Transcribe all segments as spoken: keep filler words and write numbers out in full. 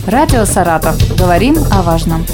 Радио «Саратов». Говорим о важном.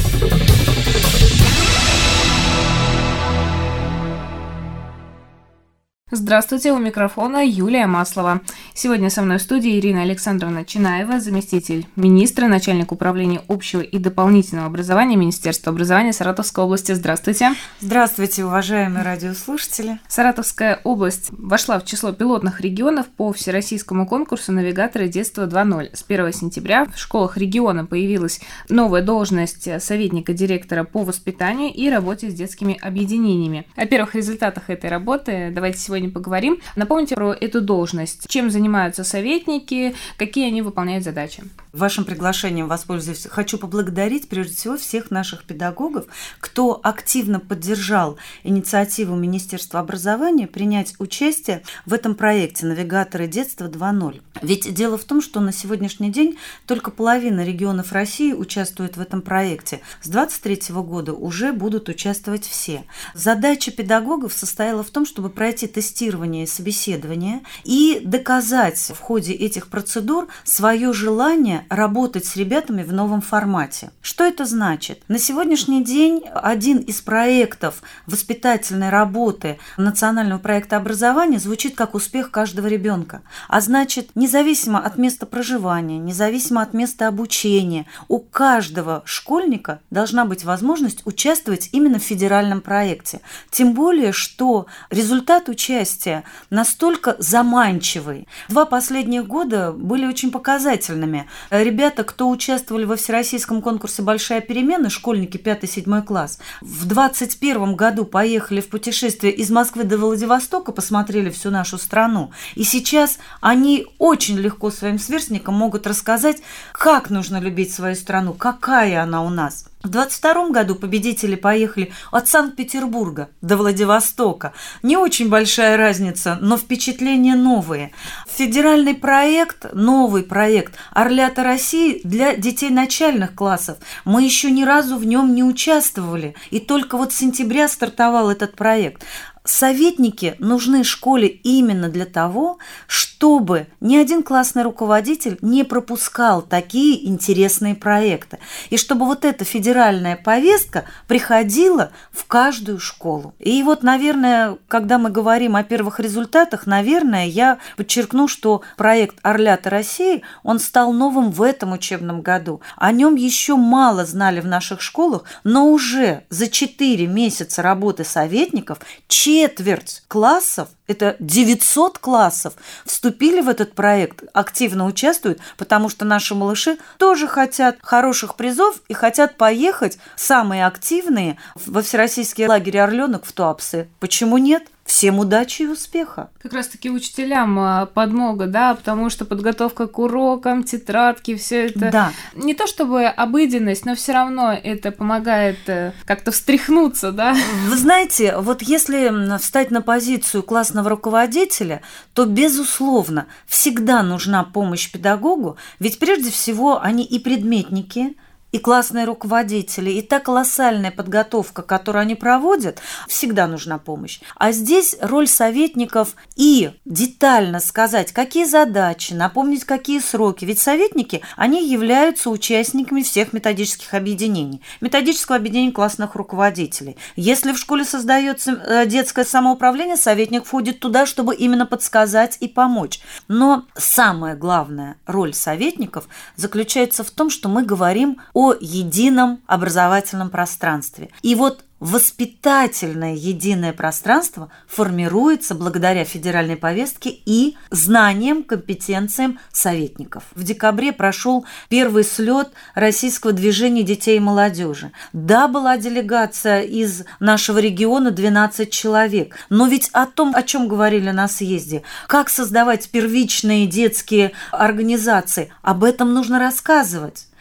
Здравствуйте, у микрофона Юлия Маслова. Сегодня со мной в студии Ирина Александровна Чинаева, заместитель министра, начальник управления общего и дополнительного образования Министерства образования Саратовской области. Здравствуйте. Здравствуйте, уважаемые радиослушатели. Саратовская область вошла в число пилотных регионов по всероссийскому конкурсу «Навигаторы детства два ноль». С первого сентября в школах региона появилась новая должность советника директора по воспитанию и работе с детскими объединениями. О первых результатах этой работы давайте сегодня поговорим. Напомните про эту должность. Чем занимаются советники, какие они выполняют задачи? Вашим приглашением воспользуюсь. Хочу поблагодарить прежде всего всех наших педагогов, кто активно поддержал инициативу Министерства образования принять участие в этом проекте «Навигаторы детства два ноль». Ведь дело в том, что на сегодняшний день только половина регионов России участвует в этом проекте. С двадцать третьего года уже будут участвовать все. Задача педагогов состояла в том, чтобы пройти тестирование и собеседование и доказать в ходе этих процедур свое желание работать с ребятами в новом формате. Что это значит? На сегодняшний день один из проектов воспитательной работы национального проекта образования звучит как успех каждого ребенка. А значит, независимо от места проживания, независимо от места обучения, у каждого школьника должна быть возможность участвовать именно в федеральном проекте. Тем более, что результат участия настолько заманчивый. Два последних года были очень показательными. Ребята, кто участвовали во всероссийском конкурсе «Большая перемена», школьники пятый-седьмой класс, в двадцать первом году поехали в путешествие из Москвы до Владивостока, посмотрели всю нашу страну. И сейчас они очень легко своим сверстникам могут рассказать, как нужно любить свою страну, какая она у нас. В двадцать втором году победители поехали от Санкт-Петербурга до Владивостока. Не очень большая разница, но впечатления новые. Федеральный проект, новый проект «Орлята России» для детей начальных классов. Мы еще ни разу в нем не участвовали. И только вот с сентября стартовал этот проект. Советники нужны школе именно для того, чтобы ни один классный руководитель не пропускал такие интересные проекты. И чтобы вот эта федеральная повестка приходила в каждую школу. И вот, наверное, когда мы говорим о первых результатах, наверное, я подчеркну, что проект «Орлята России», он стал новым в этом учебном году. О нем еще мало знали в наших школах, но уже за четыре месяца работы советников четверть классов, это девятьсот классов, вступили в этот проект, активно участвуют, потому что наши малыши тоже хотят хороших призов и хотят поехать, самые активные, во всероссийский лагерь «Орленок» в Туапсе. Почему нет? Всем удачи и успеха. Как раз-таки учителям подмога, да, потому что подготовка к урокам, тетрадки, все это да. Не то чтобы обыденность, но все равно это помогает как-то встряхнуться, да. Вы знаете, вот если встать на позицию классного руководителя, то, безусловно, всегда нужна помощь педагогу, ведь прежде всего они и предметники, и классные руководители, и та колоссальная подготовка, которую они проводят, всегда нужна помощь. А здесь роль советников и детально сказать, какие задачи, напомнить, какие сроки. Ведь советники, они являются участниками всех методических объединений. Методического объединения классных руководителей. Если в школе создается детское самоуправление, советник входит туда, чтобы именно подсказать и помочь. Но самая главная роль советников заключается в том, что мы говорим о едином образовательном пространстве. И вот воспитательное единое пространство формируется благодаря федеральной повестке и знаниям, компетенциям советников. В декабре прошел первый слет российского движения детей и молодежи. Да, была делегация из нашего региона, двенадцать человек, но ведь о том, о чем говорили на съезде, как создавать первичные детские организации, об этом нужно рассказывать.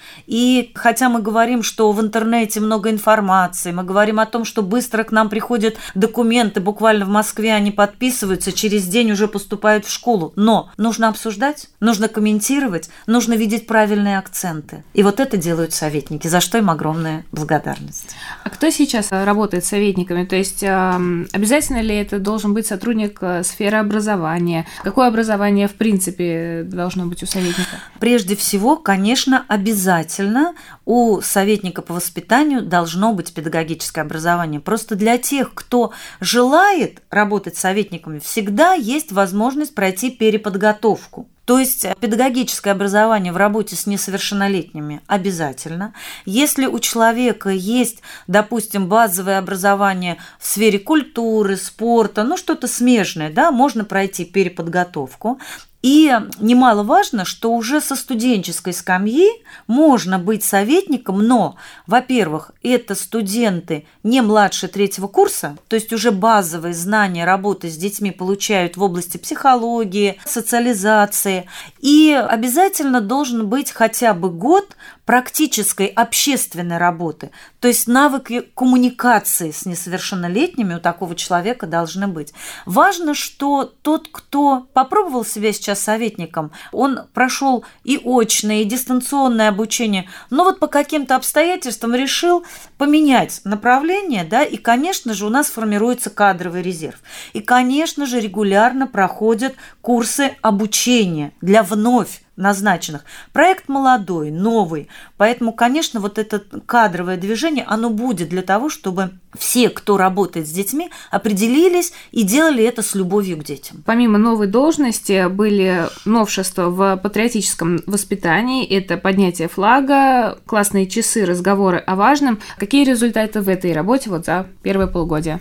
И хотя мы говорим, что в интернете много информации, мы говорим о том, что быстро к нам приходят документы, буквально в Москве они подписываются, через день уже поступают в школу. Но нужно обсуждать, нужно комментировать, нужно видеть правильные акценты. И вот это делают советники, за что им огромная благодарность. А кто сейчас работает советниками? То есть обязательно ли это должен быть сотрудник сферы образования? Какое образование, в принципе, должно быть у советника? Прежде всего, конечно, обязательно у советника по воспитанию должно быть педагогическое образование. Просто для тех, кто желает работать советниками, всегда есть возможность пройти переподготовку. То есть педагогическое образование в работе с несовершеннолетними обязательно. Если у человека есть, допустим, базовое образование в сфере культуры, спорта, ну что-то смежное, да, можно пройти переподготовку. И немаловажно, что уже со студенческой скамьи можно быть советником, но, во-первых, это студенты не младше третьего курса, то есть уже базовые знания работы с детьми получают в области психологии, социализации, и обязательно должен быть хотя бы год практической общественной работы, то есть навыки коммуникации с несовершеннолетними у такого человека должны быть. Важно, что тот, кто попробовал себя сейчас советником, он прошел и очное, и дистанционное обучение, но вот по каким-то обстоятельствам решил поменять направление, да, и, конечно же, у нас формируется кадровый резерв. И, конечно же, регулярно проходят курсы обучения для вновь назначенных. Проект молодой, новый. Поэтому, конечно, вот это кадровое движение, оно будет для того, чтобы все, кто работает с детьми, определились и делали это с любовью к детям. Помимо новой должности были новшества в патриотическом воспитании. Это поднятие флага, классные часы, разговоры о важном. Какие результаты в этой работе вот за первое полугодие?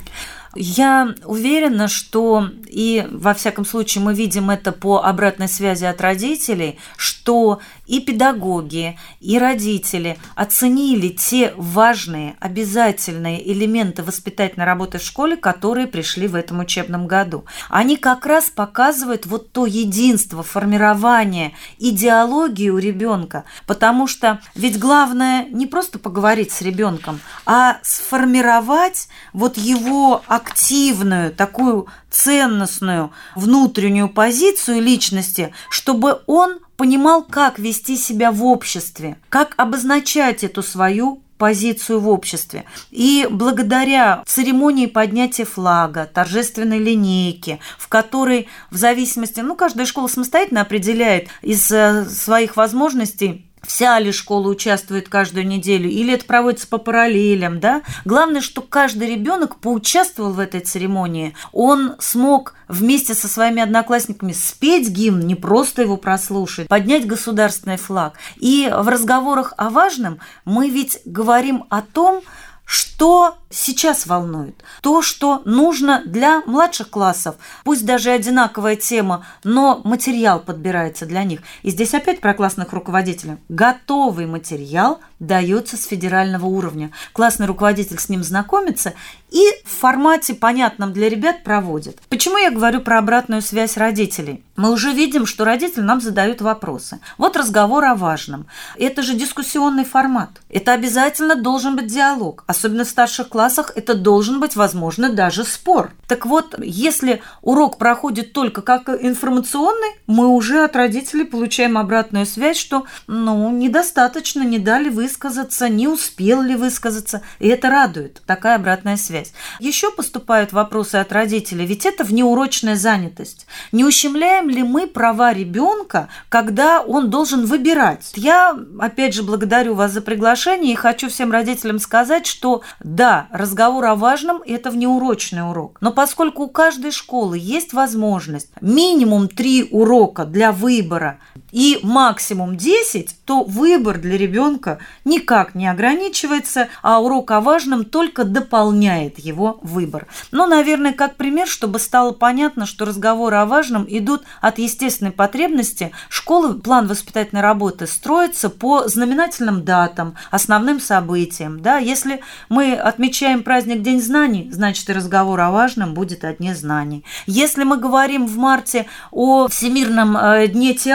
Я уверена, что, и во всяком случае мы видим это по обратной связи от родителей, что и педагоги, и родители оценили те важные, обязательные элементы воспитательной работы в школе, которые пришли в этом учебном году. Они как раз показывают вот то единство, формирование идеологии у ребенка, потому что ведь главное не просто поговорить с ребенком, а сформировать вот его активную, такую ценностную внутреннюю позицию личности, чтобы он понимал, как вести себя в обществе, как обозначать эту свою позицию в обществе. И благодаря церемонии поднятия флага, торжественной линейке, в которой в зависимости, ну, каждая школа самостоятельно определяет из своих возможностей, вся ли школа участвует каждую неделю, или это проводится по параллелям, да? Главное, что каждый ребенок поучаствовал в этой церемонии. Он смог вместе со своими одноклассниками спеть гимн, не просто его прослушать, поднять государственный флаг. И в разговорах о важном мы ведь говорим о том, что сейчас волнует, то, что нужно для младших классов, пусть даже одинаковая тема, но материал подбирается для них. И здесь опять про классных руководителей. Готовый материал дается с федерального уровня. Классный руководитель с ним знакомится и в формате, понятном для ребят, проводит. Почему я говорю про обратную связь родителей? Мы уже видим, что родители нам задают вопросы. Вот разговор о важном. Это же дискуссионный формат. Это обязательно должен быть диалог. Особенно в старших классах это должен быть, возможно, даже спор. Так вот, если урок проходит только как информационный, мы уже от родителей получаем обратную связь, что, ну, недостаточно, не дали высказаться, не успел ли высказаться. И это радует, такая обратная связь. Еще поступают вопросы от родителей, ведь это внеурочная занятость. Не ущемляем ли мы права ребенка, когда он должен выбирать? Я, опять же, благодарю вас за приглашение и хочу всем родителям сказать, что да, разговор о важном – это внеурочный урок. Но поскольку у каждой школы есть возможность минимум три урока для выбора и максимум десять, то выбор для ребенка никак не ограничивается, а урок о важном только дополняет его выбор. Ну, наверное, как пример, чтобы стало понятно, что разговоры о важном идут от естественной потребности. Школы, план воспитательной работы строится по знаменательным датам, основным событиям. Да? Если мы отмечаем праздник День знаний, значит, и разговор о важном будет о Дне знаний. Если мы говорим в марте о Всемирном дне театров,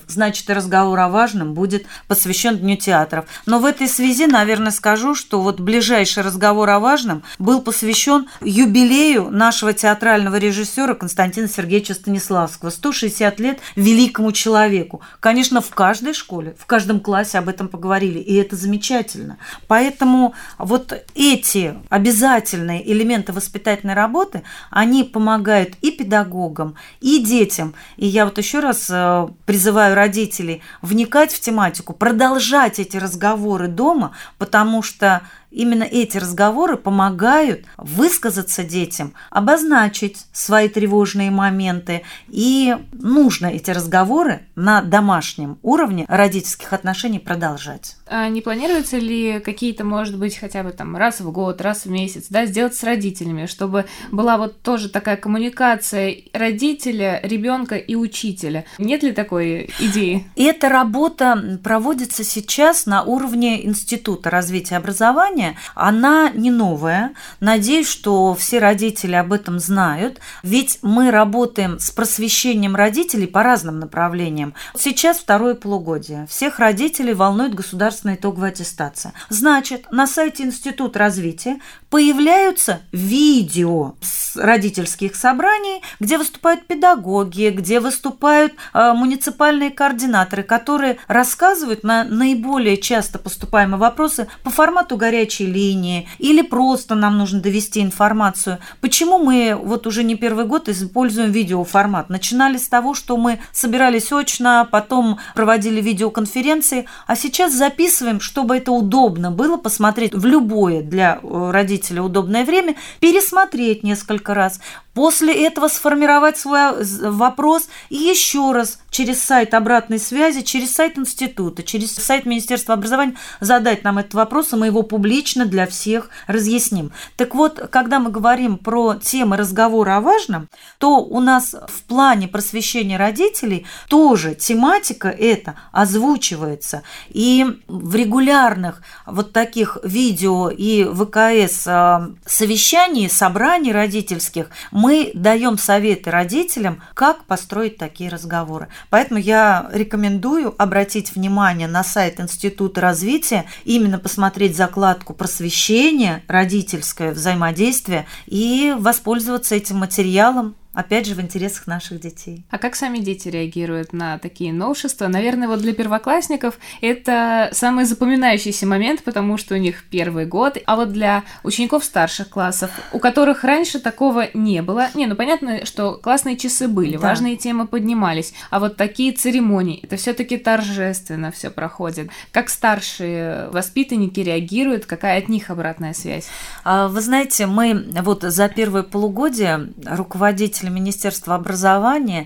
значит, и разговор о важном будет посвящен Дню театров. Но в этой связи, наверное, скажу, что вот ближайший разговор о важном был посвящен юбилею нашего театрального режиссера Константина Сергеевича Станиславского. сто шестьдесят лет великому человеку. Конечно, в каждой школе, в каждом классе об этом поговорили, и это замечательно. Поэтому вот эти обязательные элементы воспитательной работы, они помогают и педагогам, и детям. И я вот еще раз призываю родителей вникать в тематику, продолжать эти разговоры дома, потому что именно эти разговоры помогают высказаться детям, обозначить свои тревожные моменты. И нужно эти разговоры на домашнем уровне родительских отношений продолжать. А не планируется ли какие-то, может быть, хотя бы там раз в год, раз в месяц, да, сделать с родителями, чтобы была вот тоже такая коммуникация родителя, ребенка и учителя? Нет ли такой идеи? Эта работа проводится сейчас на уровне Института развития образования. Она не новая. Надеюсь, что все родители об этом знают. Ведь мы работаем с просвещением родителей по разным направлениям. Сейчас второе полугодие. Всех родителей волнует государственная итоговая аттестация. Значит, на сайте Института развития появляются видео с родительских собраний, где выступают педагоги, где выступают э, муниципальные координаторы, которые рассказывают на наиболее часто поступаемые вопросы по формату горячей линии, или просто нам нужно довести информацию. Почему мы вот уже не первый год используем видеоформат? Начинали с того, что мы собирались очно, потом проводили видеоконференции, а сейчас записываем, чтобы это удобно было посмотреть в любое для родителя удобное время, пересмотреть несколько раз. После этого сформировать свой вопрос и еще раз через сайт обратной связи, через сайт института, через сайт Министерства образования задать нам этот вопрос, и мы его публично для всех разъясним. Так вот, когда мы говорим про темы разговора о важном, то у нас в плане просвещения родителей тоже тематика эта озвучивается. И в регулярных вот таких видео и ВКС совещаний, собраний родительских мы даем советы родителям, как построить такие разговоры. Поэтому я рекомендую обратить внимание на сайт Института развития, именно посмотреть закладку просвещения, родительское взаимодействие и воспользоваться этим материалом, опять же, в интересах наших детей. А как сами дети реагируют на такие новшества? Наверное, вот для первоклассников это самый запоминающийся момент, потому что у них первый год. А вот для учеников старших классов, у которых раньше такого не было, не, ну понятно, что классные часы были, да, важные темы поднимались, а вот такие церемонии, это все-таки торжественно все проходит. Как старшие воспитанники реагируют, какая от них обратная связь? Вы знаете, мы вот за первое полугодие руководители Министерства образования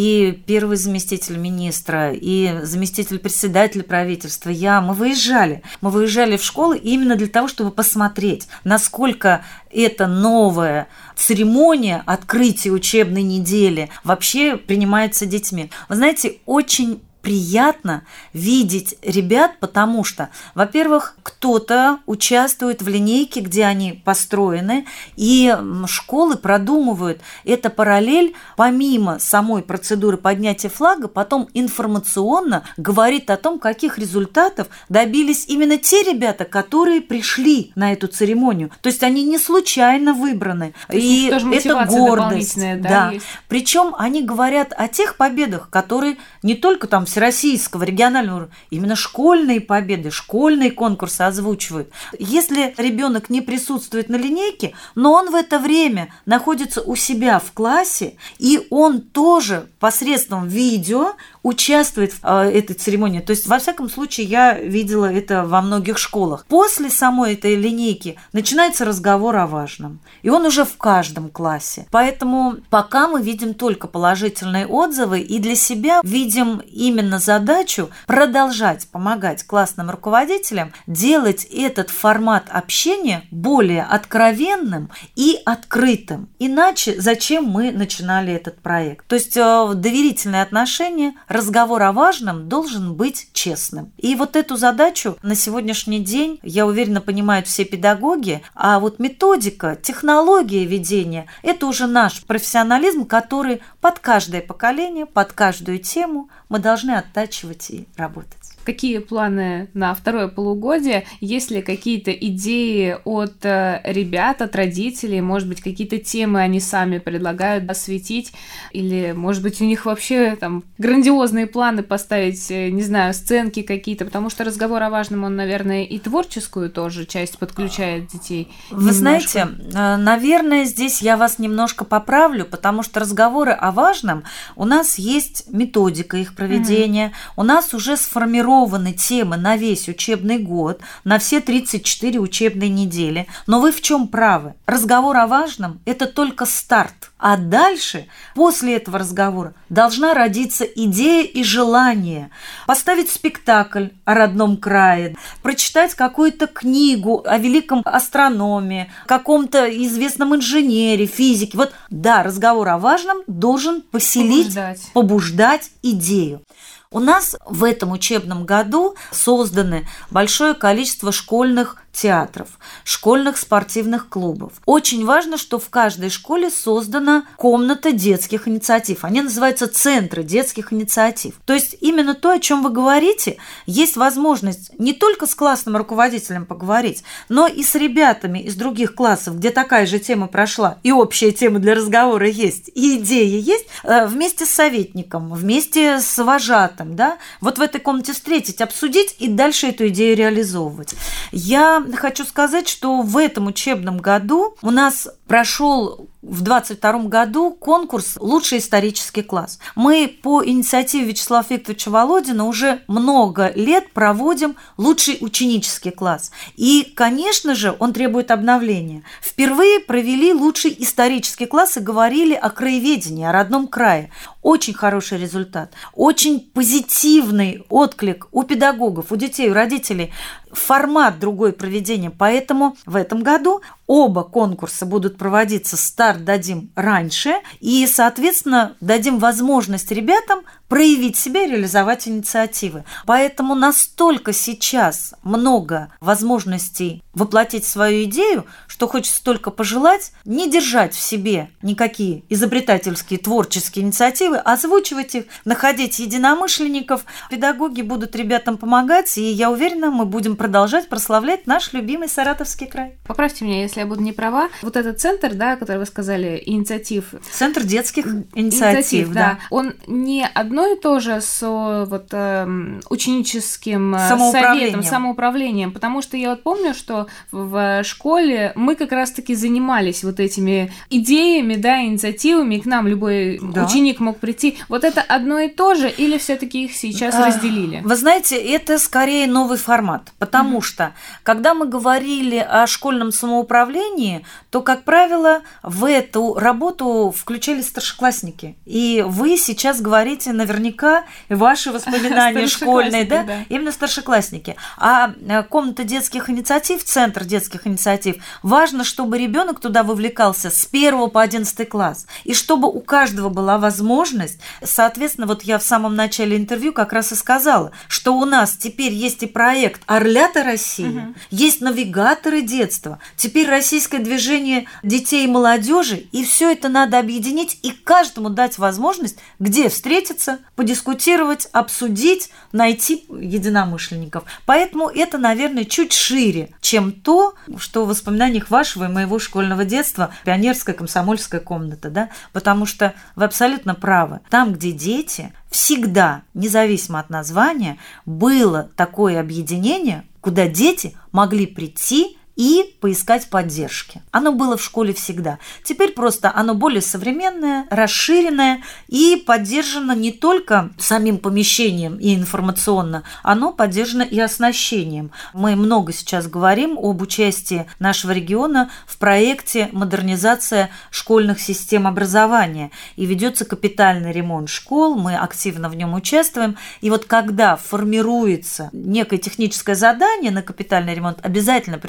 и первый заместитель министра, и заместитель председателя правительства, я, мы выезжали. Мы выезжали в школы именно для того, чтобы посмотреть, насколько эта новая церемония открытия учебной недели вообще принимается детьми. Вы знаете, очень приятно видеть ребят, потому что, во-первых, кто-то участвует в линейке, где они построены, и школы продумывают это параллель, помимо самой процедуры поднятия флага, потом информационно говорит о том, каких результатов добились именно те ребята, которые пришли на эту церемонию. То есть они не случайно выбраны. То и это гордость. Да, да. Причем они говорят о тех победах, которые не только там всероссийского, регионального уровня, именно школьные победы, школьные конкурсы озвучивают. Если ребенок не присутствует на линейке, но он в это время находится у себя в классе, и он тоже посредством видео участвует в э, этой церемонии. То есть, во всяком случае, я видела это во многих школах. После самой этой линейки начинается разговор о важном. И он уже в каждом классе. Поэтому пока мы видим только положительные отзывы, и для себя видим именно задачу продолжать помогать классным руководителям делать этот формат общения более откровенным и открытым. Иначе зачем мы начинали этот проект? То есть э, доверительные отношения, разговор о важном должен быть честным. И вот эту задачу на сегодняшний день, я уверена, понимают все педагоги, а вот методика, технология ведения – это уже наш профессионализм, который под каждое поколение, под каждую тему мы должны оттачивать и работать. Какие планы на второе полугодие? Есть ли какие-то идеи от ребят, от родителей? Может быть, какие-то темы они сами предлагают осветить? Или, может быть, у них вообще там грандиозные планы поставить, не знаю, сценки какие-то? Потому что разговор о важном, он, наверное, и творческую тоже часть подключает детей. Вы немножко. знаете, наверное, здесь я вас немножко поправлю, потому что разговоры о важном, у нас есть методика их проведения, mm-hmm. у нас уже сформированы темы на весь учебный год, на все тридцать четыре учебные недели. Но вы в чем правы? Разговор о важном – это только старт. А дальше, после этого разговора, должна родиться идея и желание поставить спектакль о родном крае, прочитать какую-то книгу о великом астрономе, каком-то известном инженере, физике. Вот, да, разговор о важном должен поселить, побуждать, побуждать идею. У нас в этом учебном году созданы большое количество школьных театров, школьных спортивных клубов. Очень важно, что в каждой школе создана комната детских инициатив. Они называются центры детских инициатив. То есть именно то, о чем вы говорите, есть возможность не только с классным руководителем поговорить, но и с ребятами из других классов, где такая же тема прошла, и общая тема для разговора есть, и идеи есть, вместе с советником, вместе с вожатым, да, вот в этой комнате встретить, обсудить и дальше эту идею реализовывать. Я хочу сказать, что в этом учебном году у нас прошел в двадцать втором году конкурс «Лучший исторический класс». Мы по инициативе Вячеслава Викторовича Володина уже много лет проводим лучший ученический класс. И, конечно же, он требует обновления. Впервые провели лучший исторический класс и говорили о краеведении, о родном крае. Очень хороший результат, очень позитивный отклик у педагогов, у детей, у родителей. Формат другой проведения. Поэтому в этом году оба конкурса будут проводиться, старт дадим раньше, и, соответственно, дадим возможность ребятам проявить себя и реализовать инициативы. Поэтому настолько сейчас много возможностей воплотить свою идею, что хочется только пожелать не держать в себе никакие изобретательские, творческие инициативы, озвучивать их, находить единомышленников. Педагоги будут ребятам помогать, и я уверена, мы будем продолжать прославлять наш любимый Саратовский край. Поправьте меня, если я буду не права. Вот этот центр, да, который вы сказали, инициатив. Центр детских инициатив, инициатив да. да. Он не одно и то же с вот, э, ученическим советом, самоуправлением, потому что я вот помню, что в школе мы как раз-таки занимались вот этими идеями, да, инициативами, и к нам любой да. ученик мог прийти. Вот это одно и то же, или все-таки их сейчас а, разделили? Вы знаете, это скорее новый формат, потому mm-hmm. что, когда мы говорили о школьном самоуправлении, то, как правило, в эту работу включались старшеклассники. И вы сейчас говорите наверняка ваши воспоминания школьные, да? да, именно старшеклассники. А комната детских инициатив, центр детских инициатив, важно, чтобы ребенок туда вовлекался с первого по одиннадцатый класс, и чтобы у каждого была возможность, соответственно, вот я в самом начале интервью как раз и сказала, что у нас теперь есть и проект «Орлята России», угу. есть навигаторы детства, теперь российское движение детей и молодежи, и все это надо объединить и каждому дать возможность, где встретиться, подискутировать, обсудить, найти единомышленников. Поэтому это, наверное, чуть шире, чем то, что в воспоминаниях вашего и моего школьного детства, пионерская, комсомольская комната, да, потому что вы абсолютно правы. Там, где дети, всегда, независимо от названия, было такое объединение, куда дети могли прийти и поискать поддержки. Оно было в школе всегда. Теперь просто оно более современное, расширенное и поддержано не только самим помещением и информационно, оно поддержано и оснащением. Мы много сейчас говорим об участии нашего региона в проекте «Модернизация школьных систем образования». И ведется капитальный ремонт школ, мы активно в нем участвуем. И вот когда формируется некое техническое задание на капитальный ремонт, обязательно предусматривается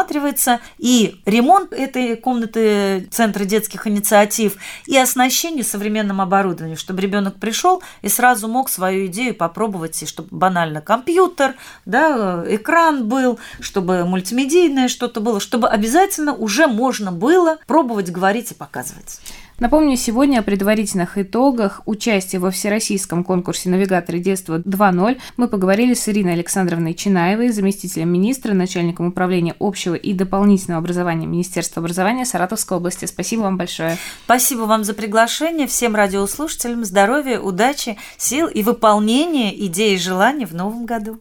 рассматривается и ремонт этой комнаты Центра детских инициатив, и оснащение современным оборудованием, чтобы ребенок пришел и сразу мог свою идею попробовать, и чтобы банально компьютер, да, экран был, чтобы мультимедийное что-то было, чтобы обязательно уже можно было пробовать, говорить и показывать. Напомню, сегодня о предварительных итогах участия во всероссийском конкурсе «Навигаторы детства два ноль» мы поговорили с Ириной Александровной Чинаевой, заместителем министра, начальником управления общего и дополнительного образования Министерства образования Саратовской области. Спасибо вам большое. Спасибо вам за приглашение. Всем радиослушателям здоровья, удачи, сил и выполнения идей и желаний в новом году.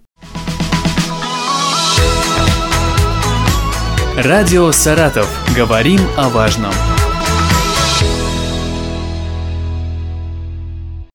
Радио «Саратов». Говорим о важном.